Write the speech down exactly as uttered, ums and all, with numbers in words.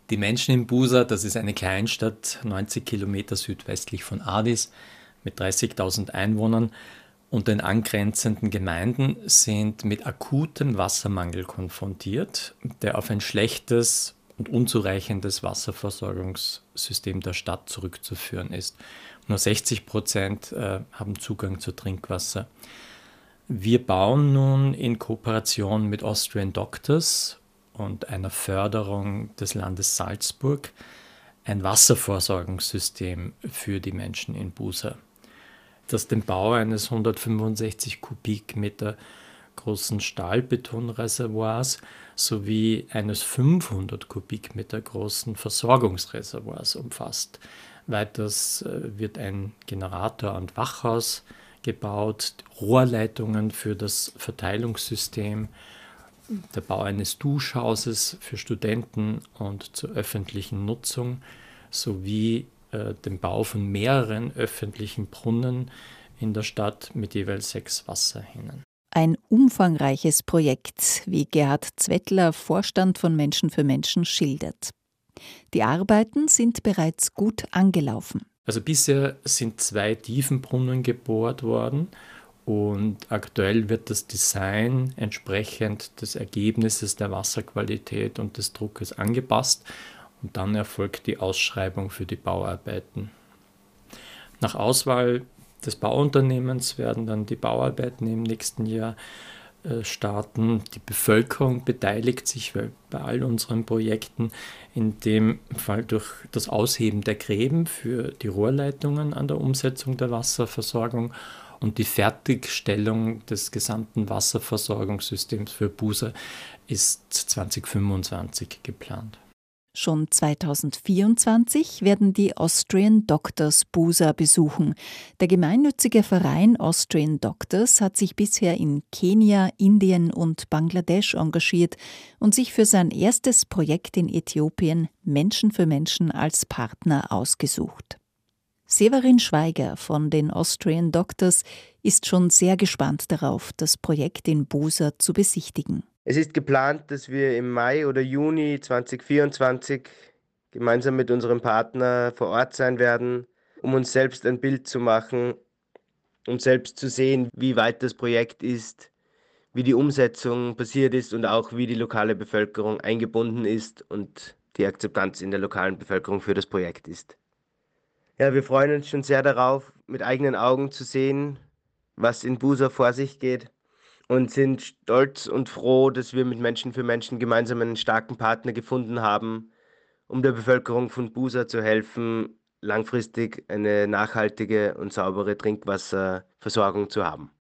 Die Menschen in Busa, das ist eine Kleinstadt, neunzig Kilometer südwestlich von Addis mit dreißigtausend Einwohnern, und den angrenzenden Gemeinden sind mit akutem Wassermangel konfrontiert, der auf ein schlechtes und unzureichendes Wasserversorgungssystem der Stadt zurückzuführen ist. Nur sechzig Prozent äh, haben Zugang zu Trinkwasser. Wir bauen nun in Kooperation mit Austrian Doctors und einer Förderung des Landes Salzburg ein Wasserversorgungssystem für die Menschen in Busa, das den Bau eines hundertfünfundsechzig Kubikmeter großen Stahlbetonreservoirs sowie eines fünfhundert Kubikmeter großen Versorgungsreservoirs umfasst. Weiters wird ein Generator- und Wachhaus gebaut, Rohrleitungen für das Verteilungssystem, der Bau eines Duschhauses für Studenten und zur öffentlichen Nutzung sowie äh, dem Bau von mehreren öffentlichen Brunnen in der Stadt mit jeweils sechs Wasserhähnen. Ein umfangreiches Projekt, wie Gerhard Zwettler, Vorstand von Menschen für Menschen, schildert. Die Arbeiten sind bereits gut angelaufen. Also bisher sind zwei Tiefenbrunnen gebohrt worden und aktuell wird das Design entsprechend des Ergebnisses der Wasserqualität und des Druckes angepasst und dann erfolgt die Ausschreibung für die Bauarbeiten. Nach Auswahl des Bauunternehmens werden dann die Bauarbeiten im nächsten Jahr äh, starten. Die Bevölkerung beteiligt sich bei all unseren Projekten, in dem Fall durch das Ausheben der Gräben für die Rohrleitungen an der Umsetzung der Wasserversorgung und die Fertigstellung des gesamten Wasserversorgungssystems für Busa ist zweitausendfünfundzwanzig geplant. Schon zweitausendvierundzwanzig werden die Austrian Doctors Busa besuchen. Der gemeinnützige Verein Austrian Doctors hat sich bisher in Kenia, Indien und Bangladesch engagiert und sich für sein erstes Projekt in Äthiopien Menschen für Menschen als Partner ausgesucht. Severin Schweiger von den Austrian Doctors ist schon sehr gespannt darauf, das Projekt in Busa zu besichtigen. Es ist geplant, dass wir im Mai oder Juni zweitausendvierundzwanzig gemeinsam mit unserem Partner vor Ort sein werden, um uns selbst ein Bild zu machen, um selbst zu sehen, wie weit das Projekt ist, wie die Umsetzung passiert ist und auch wie die lokale Bevölkerung eingebunden ist und die Akzeptanz in der lokalen Bevölkerung für das Projekt ist. Ja, wir freuen uns schon sehr darauf, mit eigenen Augen zu sehen, was in Busa vor sich geht. Und sind stolz und froh, dass wir mit Menschen für Menschen gemeinsam einen starken Partner gefunden haben, um der Bevölkerung von Busa zu helfen, langfristig eine nachhaltige und saubere Trinkwasserversorgung zu haben.